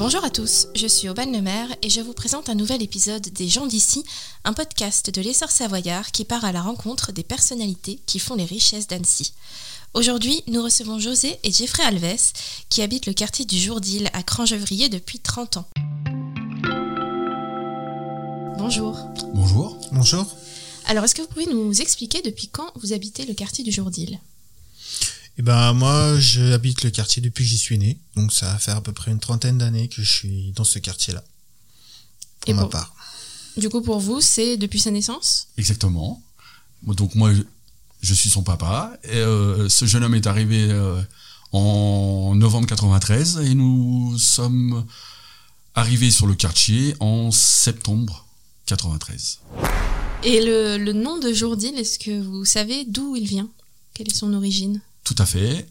Bonjour à tous, je suis Aubane Lemaire et je vous présente un nouvel épisode des gens d'ici, un podcast de l'essor savoyard qui part à la rencontre des personnalités qui font les richesses d'Annecy. Aujourd'hui, nous recevons José et Jeffrey Alves qui habitent le quartier du Jourdil à Crangevrier depuis 30 ans. Bonjour. Bonjour. Bonjour. Alors, est-ce que vous pouvez nous expliquer depuis quand vous habitez le quartier du Jourdil ? Moi, j'habite le quartier depuis que j'y suis né. Donc, ça va faire à peu près une 30aine d'années que je suis dans ce quartier-là. Pour ma part. Du coup, pour vous, c'est depuis sa naissance ? Exactement. Donc, moi, je suis son papa. Et, ce jeune homme est arrivé en novembre 93 et nous sommes arrivés sur le quartier en septembre 93. Et le nom de Jourdil, est-ce que vous savez d'où il vient ? Quelle est son origine ? Tout à fait.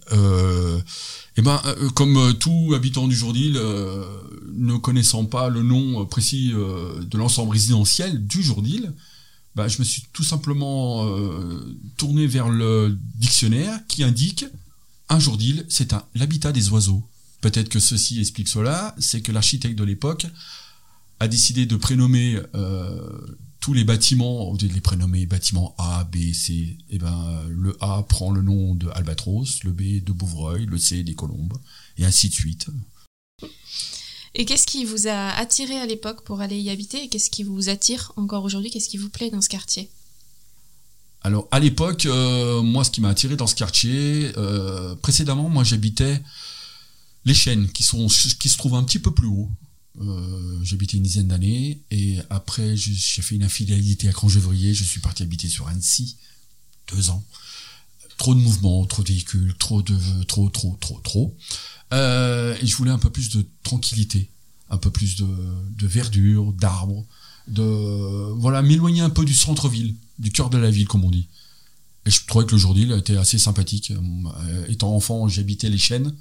Comme tout habitant du Jourdil, ne connaissant pas le nom précis de l'ensemble résidentiel du Jourdil, je me suis tout simplement tourné vers le dictionnaire qui indique un Jourdil, c'est l'habitat des oiseaux. Peut-être que ceci explique cela, c'est que l'architecte de l'époque a décidé de prénommer tous les bâtiments, au lieu de les prénommer bâtiments A, B, C, le A prend le nom de Albatros, le B de Bouvreuil, le C des Colombes, et ainsi de suite. Et qu'est-ce qui vous a attiré à l'époque pour aller y habiter, et qu'est-ce qui vous attire encore aujourd'hui, qu'est-ce qui vous plaît dans ce quartier ? Alors, à l'époque, moi, ce qui m'a attiré dans ce quartier, précédemment, moi, j'habitais les Chênes, qui se trouvent un petit peu plus haut. J'habitais une dizaine d'années et après j'ai fait une infidélité à Crangevrier, je suis parti habiter sur Annecy 2 ans. Trop de mouvements, trop de véhicules, trop et je voulais un peu plus de tranquillité, un peu plus de verdure, d'arbres, m'éloigner un peu du centre-ville, du cœur de la ville comme on dit. Et je trouvais que le Jourdil était assez sympathique. Étant enfant, j'habitais les Chênes.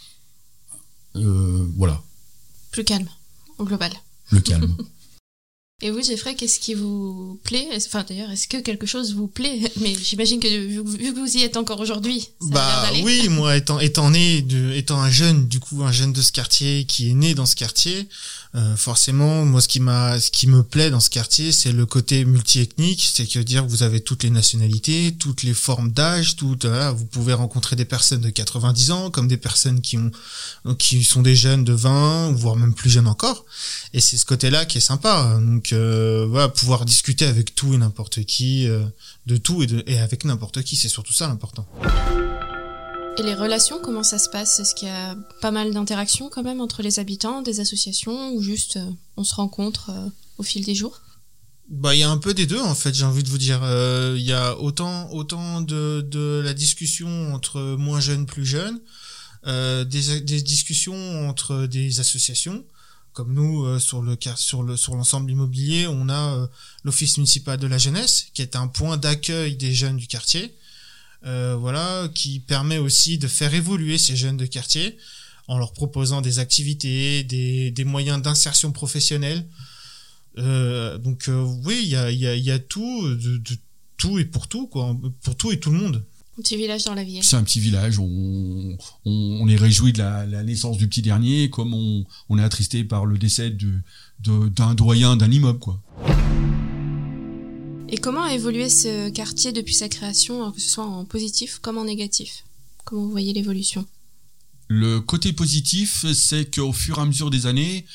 Plus calme. Au global. Le calme. Et vous, Jeffrey, qu'est-ce qui vous plaît ? Enfin, d'ailleurs, est-ce que quelque chose vous plaît ? Mais j'imagine que vu que vous y êtes encore aujourd'hui, ça a l'air d'aller. Oui, moi, étant un jeune, du coup, un jeune de ce quartier qui est né dans ce quartier, forcément, moi, ce qui me plaît dans ce quartier, c'est le côté multiethnique, c'est que dire que vous avez toutes les nationalités, toutes les formes d'âge, vous pouvez rencontrer des personnes de 90 ans, comme des personnes qui sont des jeunes de 20, voire même plus jeunes encore. Et c'est ce côté-là qui est sympa. Donc, pouvoir discuter avec tout et n'importe qui, de tout et avec n'importe qui, c'est surtout ça l'important. Et les relations, comment ça se passe ? Est-ce qu'il y a pas mal d'interactions quand même entre les habitants, des associations, ou juste on se rencontre au fil des jours ? Il y a un peu des deux en fait, j'ai envie de vous dire. Il y a autant de la discussion entre moins jeunes, plus jeunes, des discussions entre des associations. Comme nous, sur l'ensemble immobilier, on a l'Office municipal de la jeunesse, qui est un point d'accueil des jeunes du quartier, qui permet aussi de faire évoluer ces jeunes de quartier en leur proposant des activités, des moyens d'insertion professionnelle. Oui, il y a tout, de tout et pour tout, quoi, pour tout et tout le monde. Un petit village dans la ville. C'est un petit village, on est réjoui de la naissance du petit dernier, comme on est attristé par le décès d'un doyen d'un immeuble, quoi. Et comment a évolué ce quartier depuis sa création, que ce soit en positif comme en négatif ? Comment vous voyez l'évolution ? Le côté positif, c'est qu'au fur et à mesure des années,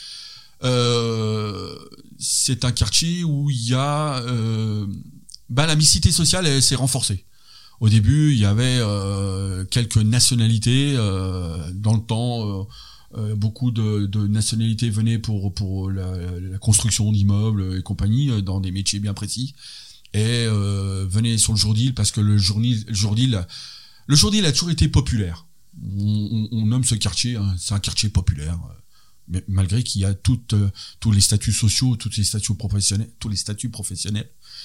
c'est un quartier où il y a la mixité sociale, elle s'est renforcée. Au début, il y avait quelques nationalités. Dans le temps, beaucoup de nationalités venaient pour la construction d'immeubles et compagnie, dans des métiers bien précis. Et venaient sur le Jourdil parce que le Jourdil a toujours été populaire. On nomme ce quartier, c'est un quartier populaire. Mais malgré qu'il y a tous les statuts sociaux, tous les statuts professionnels.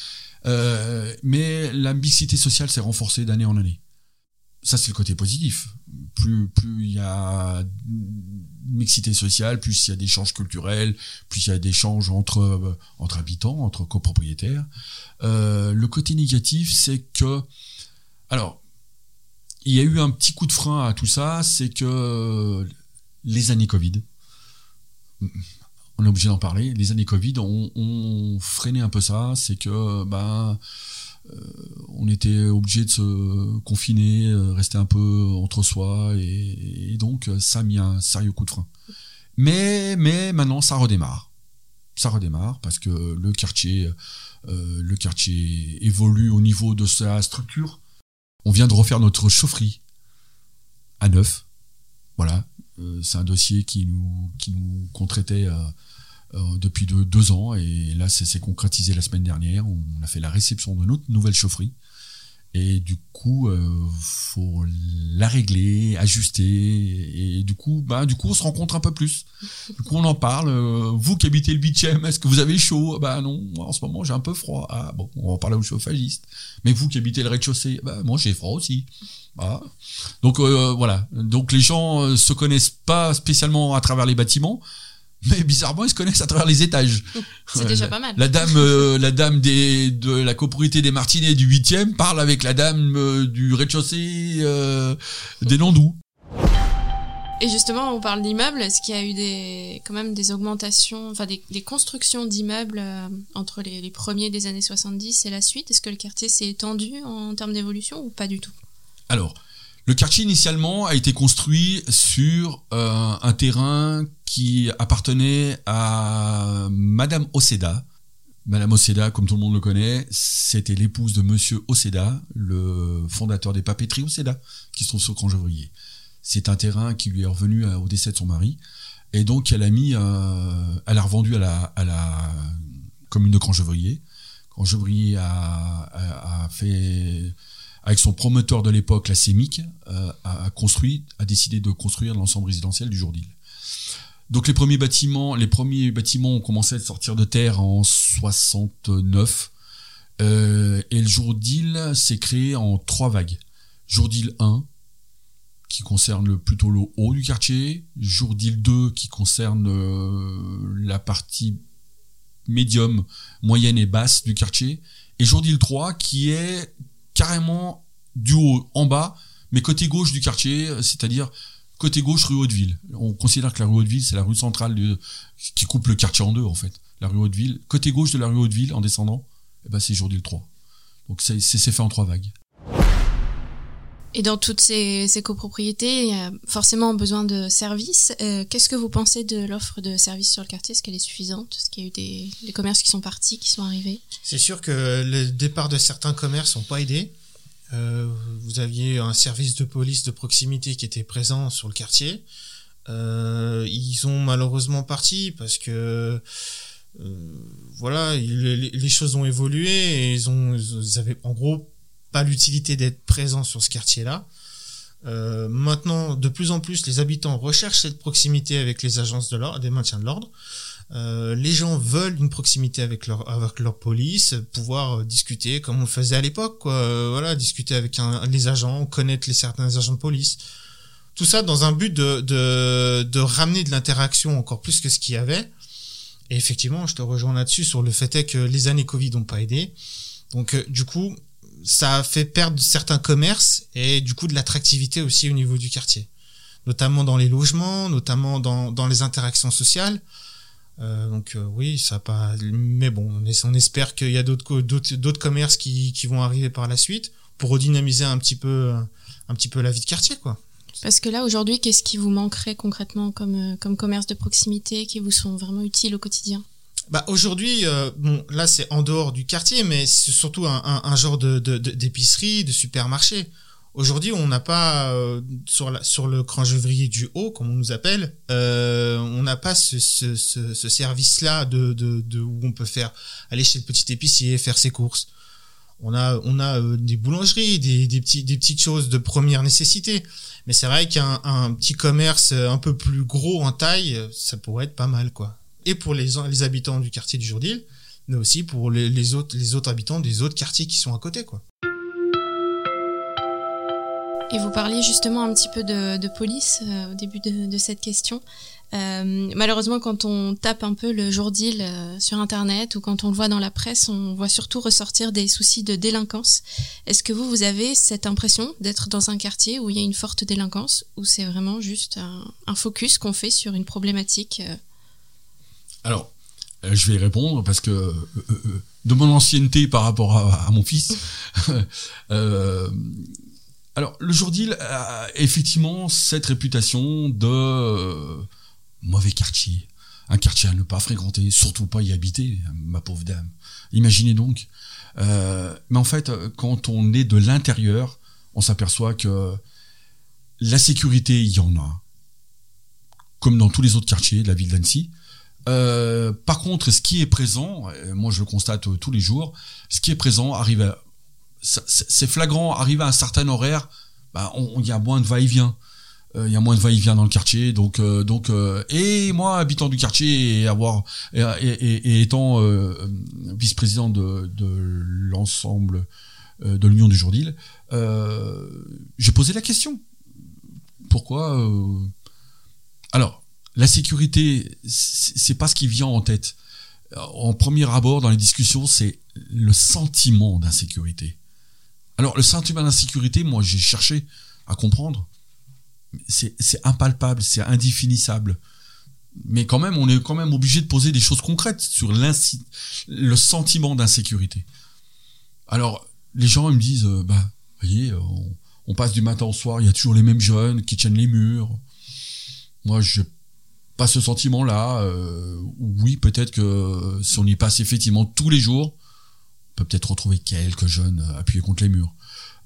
Mais la mixité sociale s'est renforcée d'année en année. Ça, c'est le côté positif. Plus il y a mixité sociale, plus il y a d'échanges culturels, plus il y a d'échanges entre habitants, entre copropriétaires. Le côté négatif, c'est que... Alors, il y a eu un petit coup de frein à tout ça, c'est que les années Covid, on est obligé d'en parler. Les années Covid ont freiné un peu ça. C'est que on était obligé de se confiner, rester un peu entre soi, et donc ça a mis un sérieux coup de frein. Mais maintenant ça redémarre. Ça redémarre parce que le quartier évolue au niveau de sa structure. On vient de refaire notre chaufferie à neuf. Voilà, c'est un dossier qui nous contraitait depuis 2 ans, et là c'est concrétisé la semaine dernière. On a fait la réception de notre nouvelle chaufferie, et du coup faut la régler, ajuster, et du coup on se rencontre un peu plus. Du coup on en parle. Vous qui habitez le 8e, est-ce que vous avez chaud? Non, moi en ce moment j'ai un peu froid. Ah bon, on va parler au chauffagiste. Mais vous qui habitez le rez-de-chaussée, moi j'ai froid aussi. Ah. Donc voilà. Donc les gens se connaissent pas spécialement à travers les bâtiments, mais bizarrement ils se connaissent à travers les étages. C'est déjà pas mal. La dame de la copropriété des Martinets du 8e parle avec la dame du rez-de-chaussée des Landous. Et justement, on parle d'immeubles. Est-ce qu'il y a eu quand même des augmentations, enfin des constructions d'immeubles entre les premiers des années 70 et la suite? Est-ce que le quartier s'est étendu en termes d'évolution ou pas du tout? Alors, le quartier initialement a été construit sur un terrain qui appartenait à Madame Océda. Madame Océda, comme tout le monde le connaît, c'était l'épouse de Monsieur Océda, le fondateur des papeteries Océda, qui se trouve sur Crangeuvrier. C'est un terrain qui lui est revenu au décès de son mari, et donc elle a revendu à la commune de Crangeuvrier. Crangeuvrier a fait, avec son promoteur de l'époque, la CEMIC, a décidé de construire l'ensemble résidentiel du Jourdil. Donc les premiers bâtiments ont commencé à sortir de terre en 69, et le Jourdil s'est créé en 3 vagues. Jourdil 1, qui concerne plutôt le haut du quartier, Jourdil 2 qui concerne la partie médium, moyenne et basse du quartier, et Jourdil 3 qui est carrément du haut en bas, mais côté gauche du quartier, c'est-à-dire côté gauche rue Hauteville. On considère que la rue Hauteville, c'est la rue centrale qui coupe le quartier en deux, en fait. La rue Hauteville, côté gauche de la rue Hauteville, en descendant, c'est Jourdil 3. Donc c'est fait en 3 vagues. Et dans toutes ces copropriétés, il y a forcément besoin de services. Qu'est-ce que vous pensez de l'offre de services sur le quartier? Est-ce qu'elle est suffisante? Est-ce qu'il y a eu des commerces qui sont partis, qui sont arrivés? C'est sûr que le départ de certains commerces n'ont pas aidé. Vous aviez un service de police de proximité qui était présent sur le quartier. Ils ont malheureusement parti parce que les choses ont évolué, et ils avaient en gros pas l'utilité d'être présents sur ce quartier-là. Maintenant, de plus en plus, les habitants recherchent cette proximité avec les agences des maintiens de l'ordre. Les gens veulent une proximité avec leur police, pouvoir discuter comme on le faisait à l'époque, quoi. Discuter avec les agents, connaître certains agents de police. Tout ça dans un but de ramener de l'interaction encore plus que ce qu'il y avait. Et effectivement, je te rejoins là-dessus sur le fait que les années Covid n'ont pas aidé. Donc, du coup, ça a fait perdre certains commerces et du coup de l'attractivité aussi au niveau du quartier. Notamment dans les logements, notamment dans les interactions sociales. Oui, ça a pas. Mais bon, on espère qu'il y a d'autres commerces qui vont arriver par la suite pour redynamiser un petit peu la vie de quartier, quoi. Parce que là, aujourd'hui, qu'est-ce qui vous manquerait concrètement comme commerce de proximité qui vous sont vraiment utiles au quotidien? Aujourd'hui, là c'est en dehors du quartier, mais c'est surtout un genre d'épicerie, de supermarché. Aujourd'hui, on n'a pas sur le Crangeuvrier du Haut, comme on nous appelle, on n'a pas ce service-là de où on peut aller chez le petit épicier, faire ses courses. On a des boulangeries, des petites choses de première nécessité. Mais c'est vrai qu'un petit commerce un peu plus gros en taille, ça pourrait être pas mal, quoi. Et pour les habitants du quartier du Jourdil, mais aussi pour les autres habitants des autres quartiers qui sont à côté, quoi. Et vous parliez justement un petit peu de police au début de cette question. Malheureusement, quand on tape un peu le Jourdil sur Internet ou quand on le voit dans la presse, on voit surtout ressortir des soucis de délinquance. Est-ce que vous avez cette impression d'être dans un quartier où il y a une forte délinquance, ou c'est vraiment juste un focus qu'on fait sur une problématique Alors, je vais y répondre parce que de mon ancienneté par rapport à mon fils. Alors, le Jourdil a effectivement cette réputation de mauvais quartier. Un quartier à ne pas fréquenter, surtout pas y habiter, ma pauvre dame. Imaginez donc. Mais en fait, quand on est de l'intérieur, on s'aperçoit que la sécurité, il y en a. Comme dans tous les autres quartiers de la ville d'Annecy. Par contre, ce qui est présent, moi je le constate tous les jours, ce qui est présent c'est flagrant, arrive à un certain horaire, il y a moins de va-et-vient. Il y a moins de va-et-vient dans le quartier, donc et moi, habitant du quartier et étant vice-président de l'ensemble de l'Union du Jourdil, j'ai posé la question. Pourquoi Alors, la sécurité, c'est pas ce qui vient en tête. En premier abord, dans les discussions, c'est le sentiment d'insécurité. Alors, le sentiment d'insécurité, moi, j'ai cherché à comprendre. C'est impalpable, c'est indéfinissable. Mais quand même, on est quand même obligé de poser des choses concrètes sur le sentiment d'insécurité. Alors, les gens, ils me disent, voyez, on passe du matin au soir, il y a toujours les mêmes jeunes qui tiennent les murs. Moi, je pas ce sentiment-là. Oui, peut-être que si on y passe effectivement tous les jours, on peut peut-être retrouver quelques jeunes appuyés contre les murs.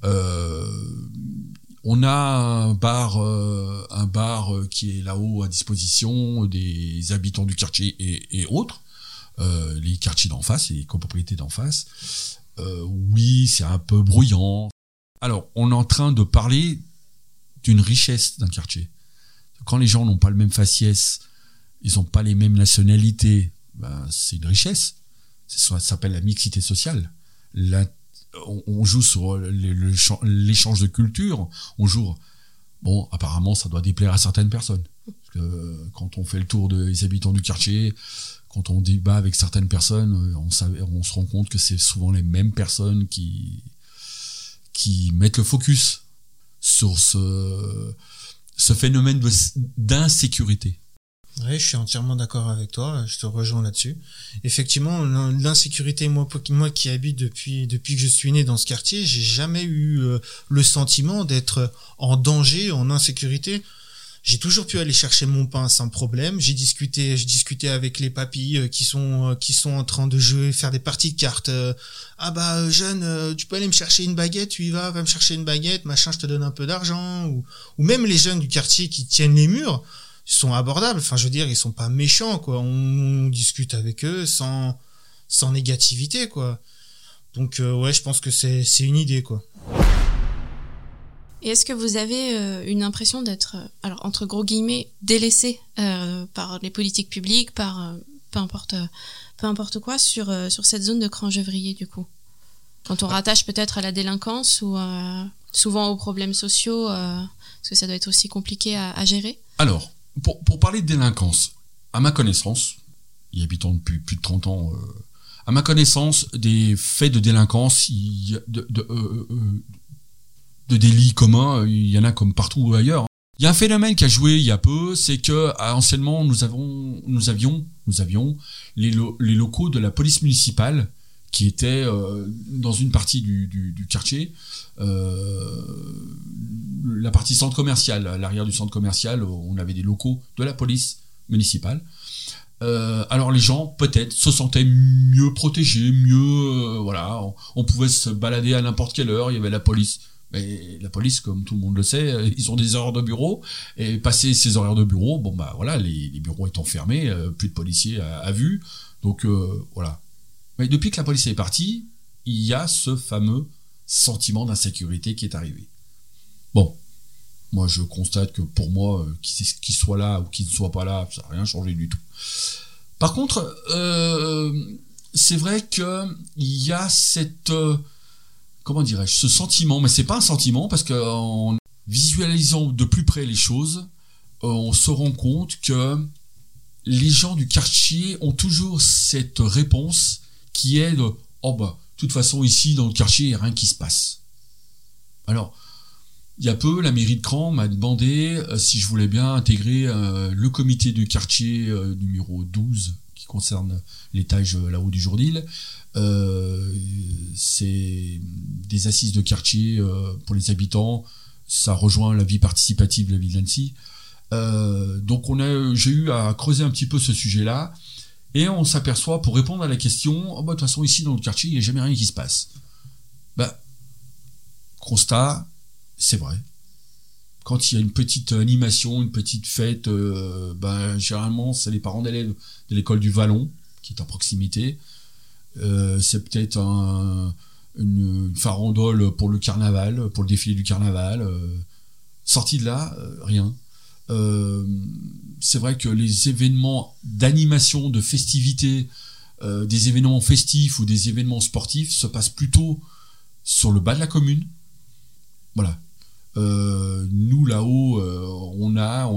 On a un bar qui est là-haut à disposition des habitants du quartier et autres, les quartiers d'en face et les copropriétés d'en face. Oui, c'est un peu bruyant. Alors, on est en train de parler d'une richesse d'un quartier. Quand les gens n'ont pas le même faciès, ils n'ont pas les mêmes nationalités, c'est une richesse. Ça s'appelle la mixité sociale. On joue sur l'échange de culture. On joue. Bon, apparemment, ça doit déplaire à certaines personnes. Parce que quand on fait le tour des habitants du quartier, quand on débat avec certaines personnes, on se rend compte que c'est souvent les mêmes personnes qui mettent le focus sur ce phénomène d'insécurité. Oui, je suis entièrement d'accord avec toi, je te rejoins là-dessus. Effectivement, l'insécurité, moi qui habite depuis que je suis né dans ce quartier, j'ai jamais eu le sentiment d'être en danger, en insécurité. J'ai toujours pu aller chercher mon pain sans problème. J'ai discuté avec les papis qui sont en train de jouer, faire des parties de cartes. Jeune, tu peux aller me chercher une baguette, tu y vas me chercher une baguette, machin, je te donne un peu d'argent. Ou même les jeunes du quartier qui tiennent les murs, ils sont abordables. Enfin, je veux dire, ils sont pas méchants, quoi. On discute avec eux sans négativité, quoi. Donc, je pense que c'est une idée, quoi. Et est-ce que vous avez une impression d'être, alors entre gros guillemets, délaissé par les politiques publiques, par peu importe quoi, sur cette zone de Cran-Gevrier, du coup, quand on rattache peut-être à la délinquance ou souvent aux problèmes sociaux, parce que ça doit être aussi compliqué à gérer. Alors, pour parler de délinquance, à ma connaissance, y habitant depuis plus de 30 ans, à ma connaissance, des faits de délinquance, de délits communs, il y en a comme partout ailleurs. Il y a un phénomène qui a joué il y a peu, c'est que anciennement nous avions les locaux de la police municipale qui étaient dans une partie du quartier, la partie centre commercial, à l'arrière du centre commercial, on avait des locaux de la police municipale. Alors les gens peut-être se sentaient mieux protégés, on pouvait se balader à n'importe quelle heure, il y avait la police. Mais la police, comme tout le monde le sait, ils ont des horaires de bureau, et passé ces horaires de bureau, les bureaux étant fermés, plus de policiers à vue, donc voilà. Mais depuis que la police est partie, il y a ce fameux sentiment d'insécurité qui est arrivé. Bon, moi je constate que pour moi, qu'il soit là ou qu'il ne soit pas là, ça n'a rien changé du tout. Par contre, c'est vrai qu'il y a cette... ce sentiment, mais c'est pas un sentiment, parce qu'en visualisant de plus près les choses, on se rend compte que les gens du quartier ont toujours cette réponse qui est de « de toute façon, ici, dans le quartier, il n'y a rien qui se passe ». Alors, il y a peu, la mairie de Cran m'a demandé si je voulais bien intégrer le comité du quartier numéro 12, qui concerne l'étage là-haut du Jourdil. C'est des assises de quartier pour les habitants. Ça rejoint la vie participative de la ville d'Annecy. Donc j'ai eu à creuser un petit peu ce sujet-là. Et on s'aperçoit, pour répondre à la question, de toute façon, ici, dans le quartier, il n'y a jamais rien qui se passe. Constat, c'est vrai. Quand il y a une petite animation, une petite fête, généralement, c'est les parents d'élèves de l'école du Vallon, qui est à proximité. C'est peut-être une farandole pour le carnaval, pour le défilé du carnaval. Sorti de là, rien. C'est vrai que les événements d'animation, de festivité, des événements festifs ou des événements sportifs se passent plutôt sur le bas de la commune. Voilà. Nous là-haut, on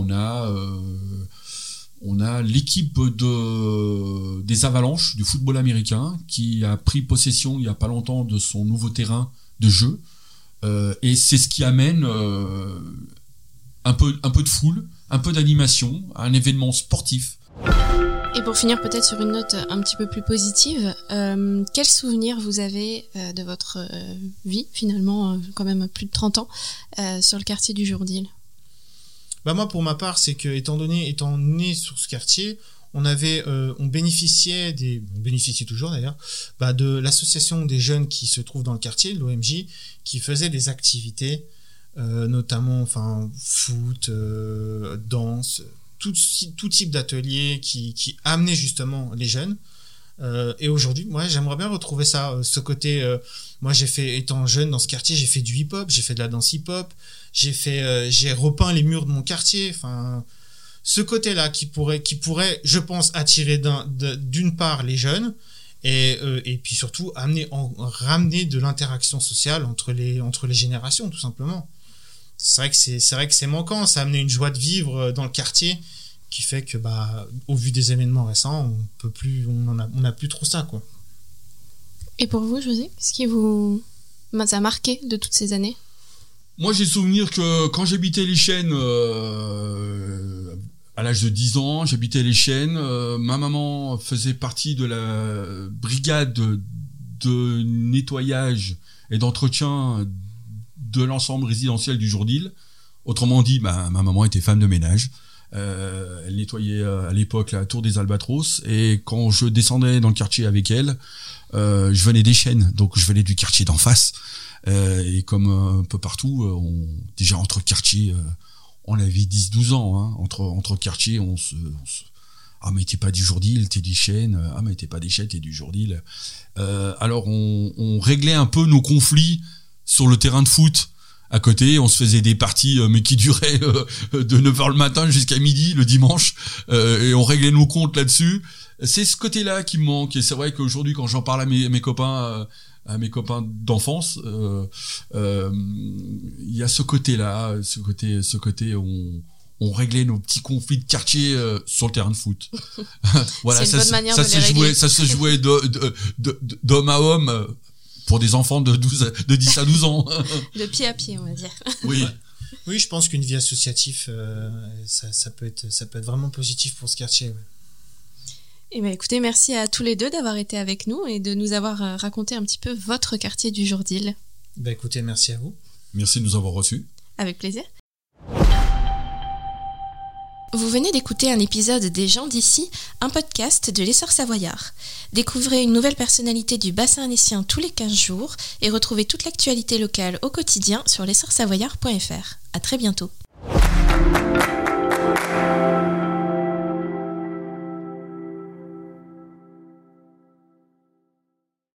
a l'équipe des Avalanches du football américain qui a pris possession il y a pas longtemps de son nouveau terrain de jeu, et c'est ce qui amène un peu de foule, un peu d'animation, un événement sportif. Et pour finir peut-être sur une note un petit peu plus positive, quel souvenir vous avez de votre vie, finalement, quand même plus de 30 ans, sur le quartier du Jourdil ? Moi, pour ma part, c'est que étant né sur ce quartier, on bénéficiait toujours d'ailleurs, de l'association des jeunes qui se trouvent dans le quartier, l'OMJ, qui faisait des activités, notamment foot, danse, tout type d'ateliers qui amenaient justement les jeunes. Et aujourd'hui, moi, j'aimerais bien retrouver ça, ce côté. Moi, étant jeune dans ce quartier, j'ai fait du hip-hop, j'ai fait de la danse hip-hop, j'ai repeint les murs de mon quartier. Ce côté-là qui pourrait, je pense, attirer d'une part les jeunes et puis surtout ramener de l'interaction sociale entre les générations, tout simplement. C'est vrai que c'est manquant, ça a amené une joie de vivre dans le quartier qui fait que au vu des événements récents, on n'a plus trop ça, quoi. Et pour vous, José, qu'est-ce qui vous a marqué de toutes ces années ? Moi, j'ai souvenir que quand j'habitais les Chênes, à l'âge de 10 ans, j'habitais les Chênes, ma maman faisait partie de la brigade de nettoyage et d'entretien de l'ensemble résidentiel du Jourdil. Autrement dit, ma maman était femme de ménage. Elle nettoyait à l'époque la tour des Albatros, et quand je descendais dans le quartier avec elle, je venais des Chênes, donc je venais du quartier d'en face. Et comme un peu partout, déjà entre quartiers, on avait 10-12 ans, hein, entre quartiers, on se ah mais t'es pas du Jourdil, t'es des Chênes, ah mais t'es pas des Chênes, t'es du Jourdil. Alors on réglait un peu nos conflits sur le terrain de foot à côté. On se faisait des parties mais qui duraient de 9h le matin jusqu'à midi le dimanche, et on réglait nos comptes là-dessus. C'est ce côté-là qui me manque, et c'est vrai qu'aujourd'hui quand j'en parle à mes copains d'enfance, il y a ce côté-là, ce côté où on réglait nos petits conflits de quartier sur le terrain de foot. Voilà, c'est une bonne manière de les régler. Ça se jouait d'homme à homme pour des enfants de 10 à 12 ans. De pied à pied, on va dire. Oui. Oui, je pense qu'une vie associative, ça peut être vraiment positif pour ce quartier. Ouais. Eh bien, écoutez, merci à tous les deux d'avoir été avec nous et de nous avoir raconté un petit peu votre quartier du Jourdil. Écoutez, merci à vous. Merci de nous avoir reçus. Avec plaisir. Vous venez d'écouter un épisode des gens d'ici, un podcast de l'Essor Savoyard. Découvrez une nouvelle personnalité du bassin annécien tous les 15 jours et retrouvez toute l'actualité locale au quotidien sur l'essorsavoyard.fr. À très bientôt.